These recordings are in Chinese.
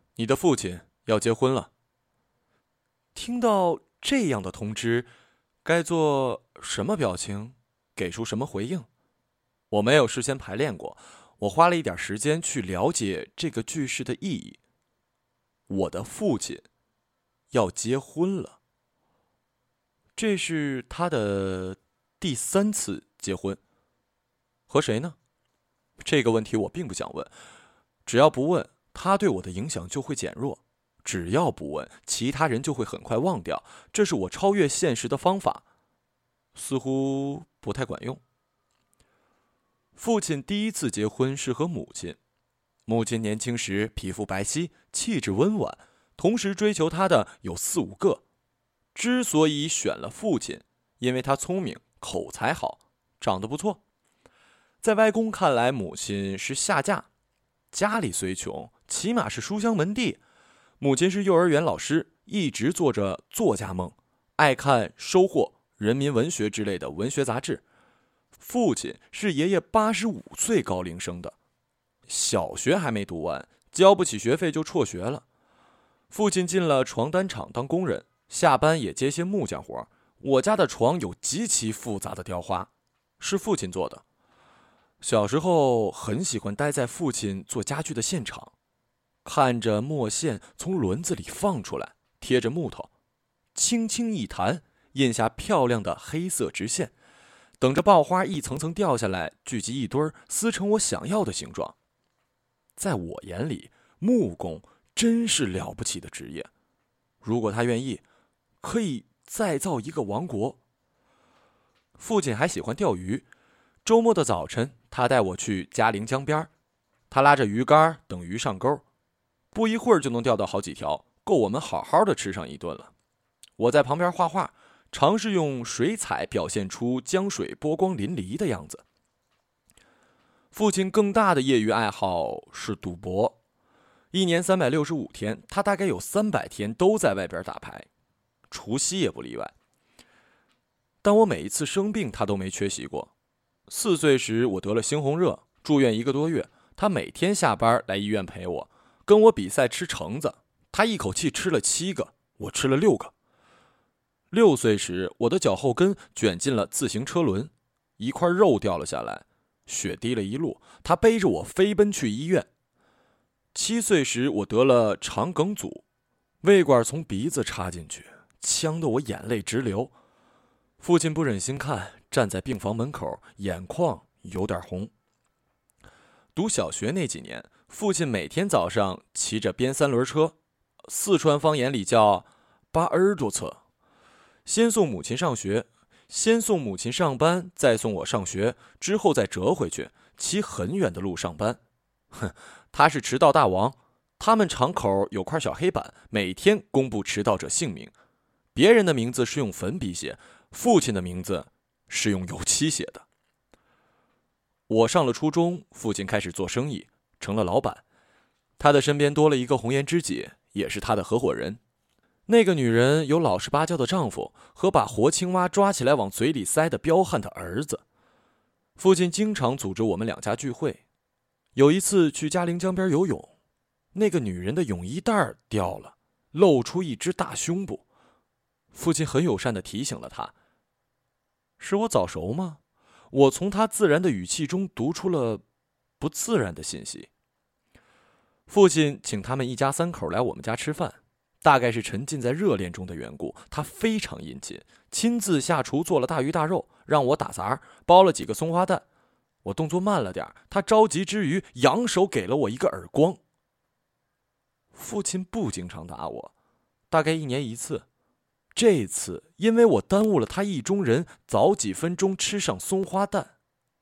你的父亲要结婚了。听到这样的通知，该做什么表情，给出什么回应？我没有事先排练过，我花了一点时间去了解这个句式的意义。我的父亲要结婚了，这是他的第3次结婚，和谁呢？这个问题我并不想问，只要不问，他对我的影响就会减弱；只要不问，其他人就会很快忘掉。这是我超越现实的方法，似乎不太管用。父亲第1次结婚是和母亲，母亲年轻时皮肤白皙，气质温婉，同时追求她的有4、5个。之所以选了父亲，因为他聪明，口才好，长得不错。在外公看来，母亲是下嫁，家里虽穷，起码是书香门第。母亲是幼儿园老师，一直做着作家梦，爱看《收获》《人民文学》之类的文学杂志。父亲是爷爷85岁高龄生的，小学还没读完，交不起学费就辍学了。父亲进了床单厂当工人，下班也接些木匠活。我家的床有极其复杂的雕花，是父亲做的。小时候很喜欢待在父亲做家具的现场，看着墨线从轮子里放出来，贴着木头，轻轻一弹，印下漂亮的黑色直线，等着爆花一层层掉下来，聚集一堆儿，撕成我想要的形状。在我眼里，木工真是了不起的职业。如果他愿意，可以再造一个王国。父亲还喜欢钓鱼，周末的早晨，他带我去嘉陵江边，他拉着鱼竿等鱼上钩，不一会儿就能钓到好几条，够我们好好的吃上一顿了。我在旁边画画，尝试用水彩表现出江水波光粼粼的样子。父亲更大的业余爱好是赌博，一年365天，他大概有300天都在外边打牌，除夕也不例外。但我每一次生病，他都没缺席过。4岁时我得了猩红热，住院1个多月，他每天下班来医院陪我，跟我比赛吃橙子，他一口气吃了7个，我吃了6个。6岁时，我的脚后跟卷进了自行车轮，一块肉掉了下来，血滴了一路，他背着我飞奔去医院。7岁时，我得了肠梗阻，胃管从鼻子插进去，呛得我眼泪直流。父亲不忍心看，站在病房门口，眼眶有点红。读小学那几年，父亲每天早上骑着编3轮车，四川方言里叫扒耳朵车，先送母亲上学，先送母亲上班，再送我上学，之后再折回去，骑很远的路上班。他是迟到大王，他们厂口有块小黑板，每天公布迟到者姓名，别人的名字是用粉笔写，父亲的名字是用油漆写的。我上了初中，父亲开始做生意，成了老板。他的身边多了一个红颜知己，也是他的合伙人。那个女人有老实巴交的丈夫和把活青蛙抓起来往嘴里塞的彪悍的儿子。父亲经常组织我们2家聚会。有一次去嘉陵江边游泳，那个女人的泳衣带掉了，露出一只大胸部。父亲很友善地提醒了他。是我早熟吗？我从他自然的语气中读出了不自然的信息。父亲请他们一家3口来我们家吃饭，大概是沉浸在热恋中的缘故，他非常殷勤，亲自下厨做了大鱼大肉，让我打杂，包了几个松花蛋。我动作慢了点，他着急之余扬手给了我一个耳光。父亲不经常打我，大概1年1次。这次因为我耽误了他意中人早几分钟吃上松花蛋。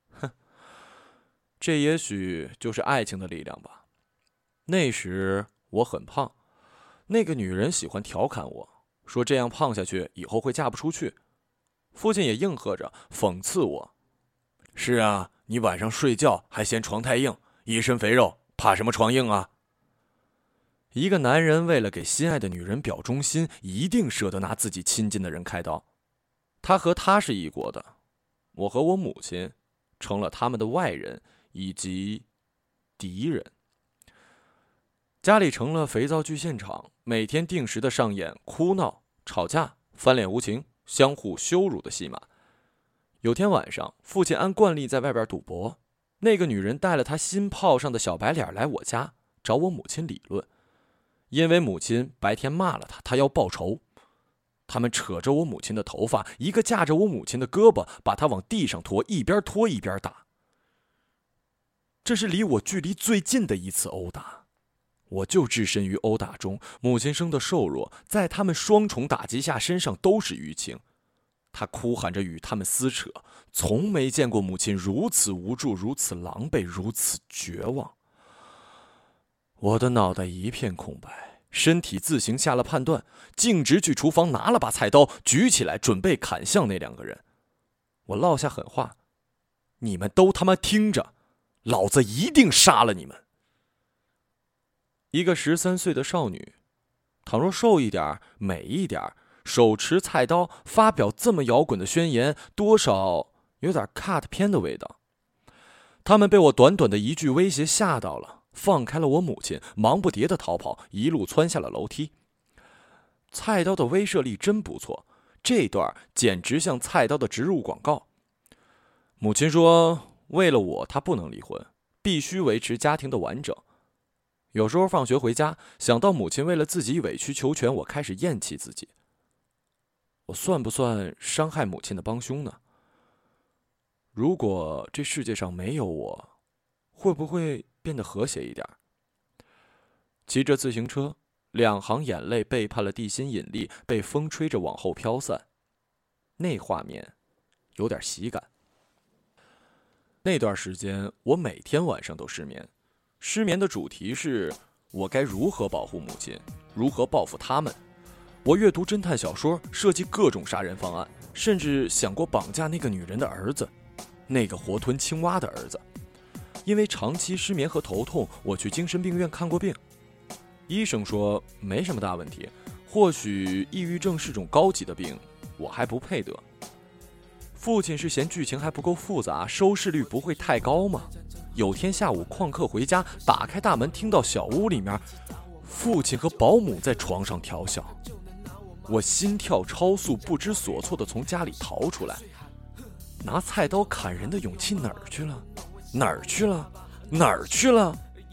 这也许就是爱情的力量吧。那时我很胖，那个女人喜欢调侃我，说这样胖下去以后会嫁不出去。父亲也应和着讽刺我，是啊，你晚上睡觉还嫌床太硬，一身肥肉怕什么床硬啊？一个男人为了给心爱的女人表忠心，一定舍得拿自己亲近的人开刀。他和他是一国的，我和我母亲成了他们的外人以及敌人。 家里成了肥皂剧现场，每天定时的上演哭闹、吵架、翻脸无情、相互羞辱的戏码。有天晚上，父亲按惯例在外边赌博，那个女人带了她新泡上的小白脸来我家找我母亲理论，因为母亲白天骂了她，她要报仇。他们扯着我母亲的头发，一个架着我母亲的胳膊，把她往地上拖，一边拖一边打。这是离我距离最近的一次殴打，我就置身于殴打中。母亲生得瘦弱，在他们双重打击下，身上都是淤青。她哭喊着与他们撕扯，从没见过母亲如此无助，如此狼狈，如此绝望。我的脑袋一片空白，身体自行下了判断，径直去厨房拿了把菜刀，举起来准备砍向那两个人。我落下狠话：你们都他妈听着，老子一定杀了你们！一个13岁的少女，倘若瘦一点、美一点，手持菜刀发表这么摇滚的宣言，多少有点 cut 片的味道。他们被我短短的一句威胁吓到了，放开了我母亲，忙不迭地逃跑，一路窜下了楼梯。菜刀的威慑力真不错，这段简直像菜刀的植入广告。母亲说，为了我，她不能离婚，必须维持家庭的完整。有时候放学回家，想到母亲为了自己委曲求全，我开始厌弃自己。我算不算伤害母亲的帮凶呢？如果这世界上没有我，会不会变得和谐一点？骑着自行车，两行眼泪背叛了地心引力，被风吹着往后飘散，那画面有点喜感。那段时间，我每天晚上都失眠。失眠的主题是我该如何保护母亲，如何报复他们。我阅读侦探小说，设计各种杀人方案，甚至想过绑架那个女人的儿子，那个活吞青蛙的儿子。因为长期失眠和头痛，我去精神病院看过病，医生说没什么大问题，或许抑郁症是种高级的病，我还不配得。父亲是嫌剧情还不够复杂，收视率不会太高吗？有天下午旷课回家，打开大门，听到小屋里面父亲和保姆在床上调笑，我心跳超速，不知所措地从家里逃出来。拿菜刀砍人的勇气哪儿去了？哪儿去了？哪儿去了？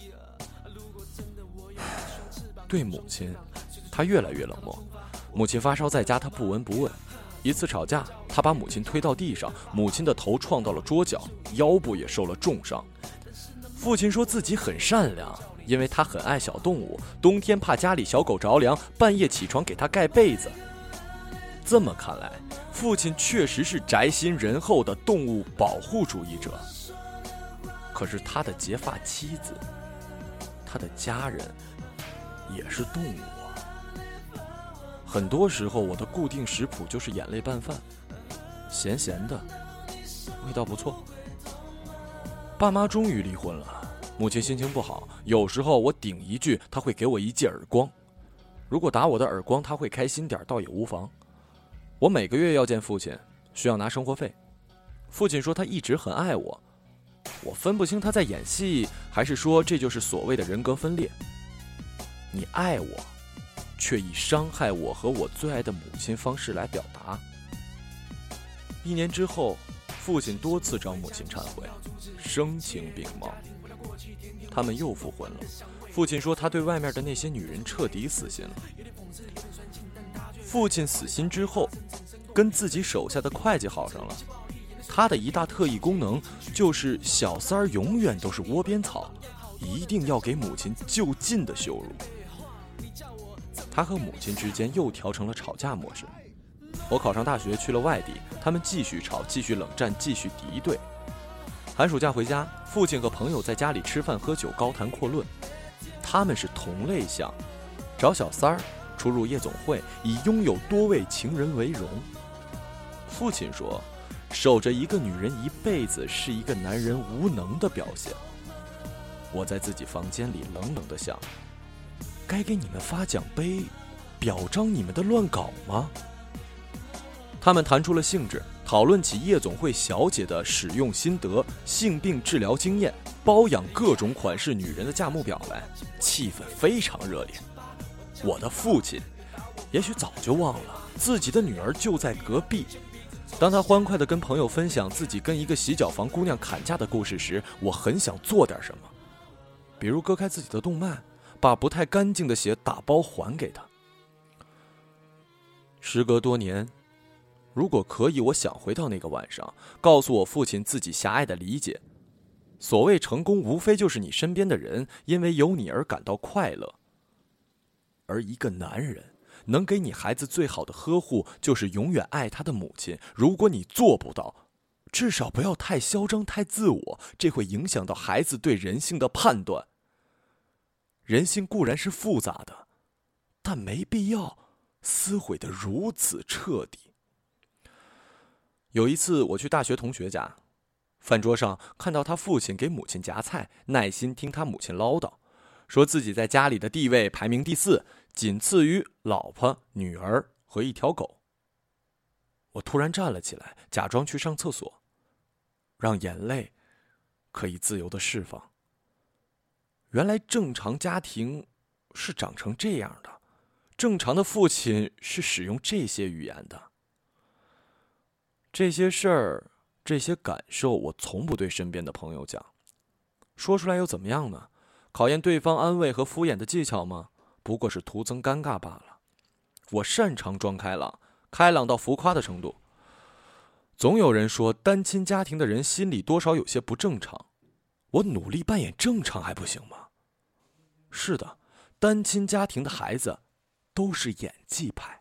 对母亲，他越来越冷漠。母亲发烧在家，他不闻不问。一次吵架，他把母亲推到地上，母亲的头撞到了桌角，腰部也受了重伤。父亲说自己很善良，因为他很爱小动物，冬天怕家里小狗着凉，半夜起床给他盖被子。这么看来，父亲确实是宅心仁厚的动物保护主义者。可是他的结发妻子，他的家人也是动物啊。很多时候我的固定食谱就是眼泪拌饭，咸咸的，味道不错。爸妈终于离婚了，母亲心情不好，有时候我顶一句，她会给我一记耳光。如果打我的耳光她会开心点，倒也无妨。我每个月要见父亲，需要拿生活费。父亲说他一直很爱我，我分不清他在演戏，还是说这就是所谓的人格分裂。你爱我，却以伤害我和我最爱的母亲方式来表达。1年之后，父亲多次找母亲忏悔，声情并茂。他们又复婚了。父亲说他对外面的那些女人彻底死心了。父亲死心之后，跟自己手下的会计好上了。他的一大特异功能就是小三儿永远都是窝边草，一定要给母亲就近的羞辱。他和母亲之间又调成了吵架模式。我考上大学去了外地，他们继续吵，继续冷战，继续敌对。寒暑假回家，父亲和朋友在家里吃饭喝酒，高谈阔论。他们是同类项，找小三儿，出入夜总会，以拥有多位情人为荣。父亲说，守着一个女人一辈子是一个男人无能的表现。我在自己房间里冷冷地想，该给你们发奖杯，表彰你们的乱搞吗？他们谈出了兴致，讨论起夜总会小姐的使用心得、性病治疗经验。 包养各种款式女人的价目表来，气氛非常热烈。我的父亲也许早就忘了自己的女儿就在隔壁。当他欢快地跟朋友分享自己跟一个洗脚房姑娘砍架的故事时，我很想做点什么，比如割开自己的动脉，把不太干净的血打包还给他。时隔多年，如果可以，我想回到那个晚上，告诉我父亲自己狭隘的理解。所谓成功，无非就是你身边的人因为有你而感到快乐。而一个男人能给你孩子最好的呵护，就是永远爱他的母亲。如果你做不到，至少不要太嚣张、太自我，这会影响到孩子对人性的判断。人性固然是复杂的，但没必要撕毁得如此彻底。有一次我去大学同学家，饭桌上看到他父亲给母亲夹菜，耐心听他母亲唠叨，说自己在家里的地位排名第4，仅次于老婆、女儿和一条狗。我突然站了起来，假装去上厕所，让眼泪可以自由地释放。原来正常家庭是长成这样的，正常的父亲是使用这些语言的。这些事儿，这些感受，我从不对身边的朋友讲。说出来又怎么样呢？考验对方安慰和敷衍的技巧吗？不过是徒增尴尬罢了。我擅长装开朗，开朗到浮夸的程度。总有人说单亲家庭的人心里多少有些不正常，我努力扮演正常还不行吗？是的，单亲家庭的孩子都是演技派。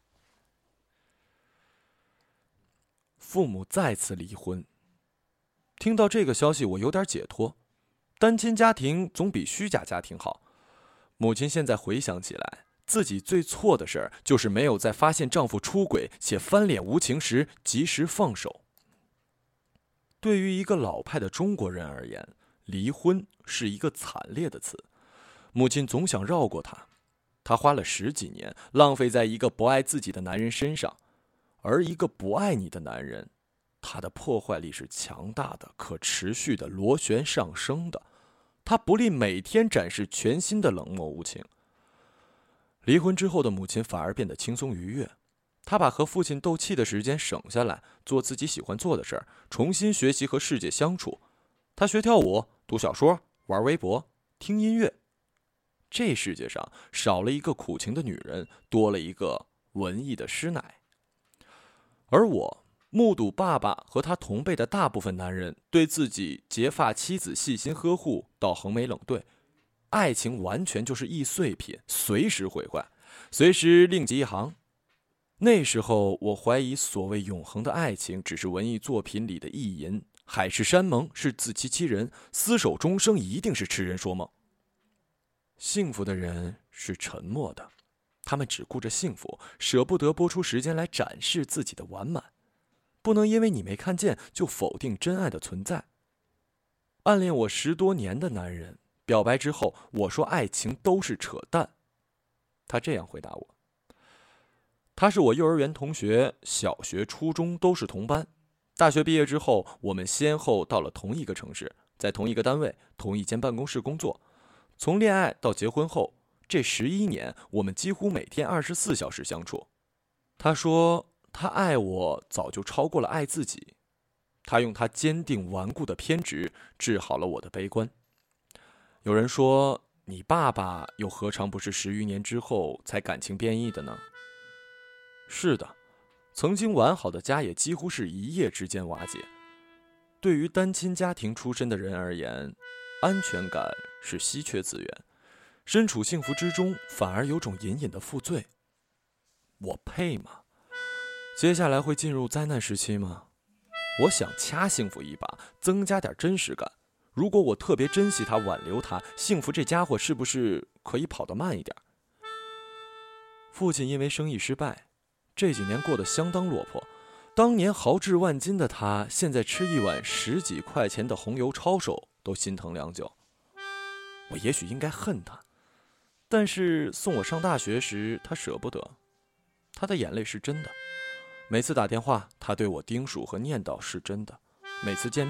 父母再次离婚，听到这个消息我有点解脱。单亲家庭总比虚假家庭好。母亲现在回想起来，自己最错的事儿就是没有在发现丈夫出轨且翻脸无情时及时放手。对于一个老派的中国人而言，离婚是一个惨烈的词。母亲总想绕过他，她花了10几年浪费在一个不爱自己的男人身上。而一个不爱你的男人，他的破坏力是强大的、可持续的、螺旋上升的。他不吝每天展示全新的冷漠无情。离婚之后的母亲反而变得轻松愉悦，她把和父亲斗气的时间省下来，做自己喜欢做的事儿，重新学习和世界相处。她学跳舞、读小说、玩微博、听音乐。这世界上少了一个苦情的女人，多了一个文艺的师奶。而我目睹爸爸和他同辈的大部分男人对自己结发妻子细心呵护到横眉冷对，爱情完全就是易碎品，随时毁坏，随时另极一行。那时候我怀疑所谓永恒的爱情只是文艺作品里的意淫，海誓山盟是自欺欺人，厮守终生一定是痴人说梦。幸福的人是沉默的，他们只顾着幸福，舍不得拨出时间来展示自己的完满。不能因为你没看见就否定真爱的存在。暗恋我10多年的男人表白之后，我说爱情都是扯淡，他这样回答我。他是我幼儿园同学，小学、初中都是同班。大学毕业之后，我们先后到了同一个城市，在同一个单位、同一间办公室工作。从恋爱到结婚后，这11年，我们几乎每天24小时相处。他说他爱我早就超过了爱自己，他用他坚定顽固的偏执治好了我的悲观。有人说，你爸爸又何尝不是10余年之后才感情变异的呢？是的，曾经完好的家也几乎是一夜之间瓦解。对于单亲家庭出身的人而言，安全感是稀缺资源，身处幸福之中反而有种隐隐的负罪。我配吗？接下来会进入灾难时期吗？我想掐幸福一把，增加点真实感。如果我特别珍惜他，挽留他，幸福这家伙是不是可以跑得慢一点？父亲因为生意失败，这几年过得相当落魄。当年豪掷万金的他，现在吃一碗10几块钱的红油抄手都心疼良久。我也许应该恨他，但是送我上大学时，他舍不得。他的眼泪是真的，每次打电话他对我叮嘱和念叨是真的，每次见面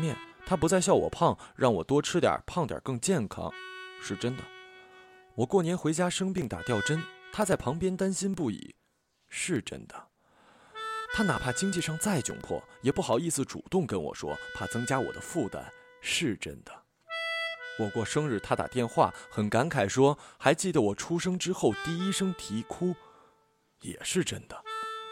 他不再笑我胖，让我多吃点，胖点更健康，是真的。我过年回家生病打吊针，他在旁边担心不已，是真的。他哪怕经济上再窘迫，也不好意思主动跟我说，怕增加我的负担，是真的。我过生日，他打电话很感慨说，还记得我出生之后第一声啼哭，也是真的。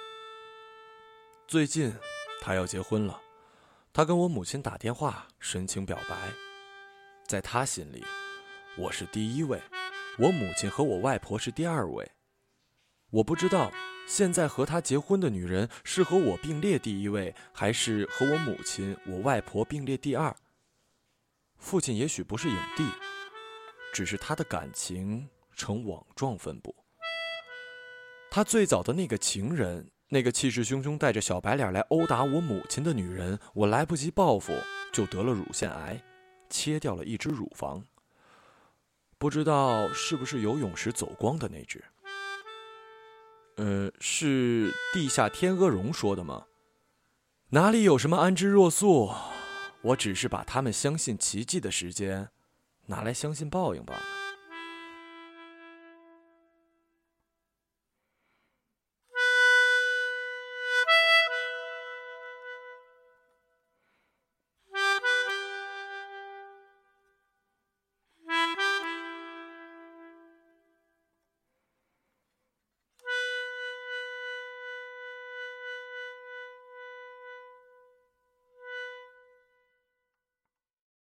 最近他要结婚了，他跟我母亲打电话深情表白。在他心里，我是第一位，我母亲和我外婆是第二位。我不知道现在和他结婚的女人是和我并列第一位，还是和我母亲、我外婆并列第二。父亲也许不是影帝，只是他的感情呈网状分布。他最早的那个情人，那个气势汹汹带着小白脸来殴打我母亲的女人，我来不及报复就得了乳腺癌，切掉了一只乳房。不知道是不是游泳时走光的那只。是地下天鹅绒说的吗？哪里有什么安之若素，我只是把他们相信奇迹的时间拿来相信报应罢了。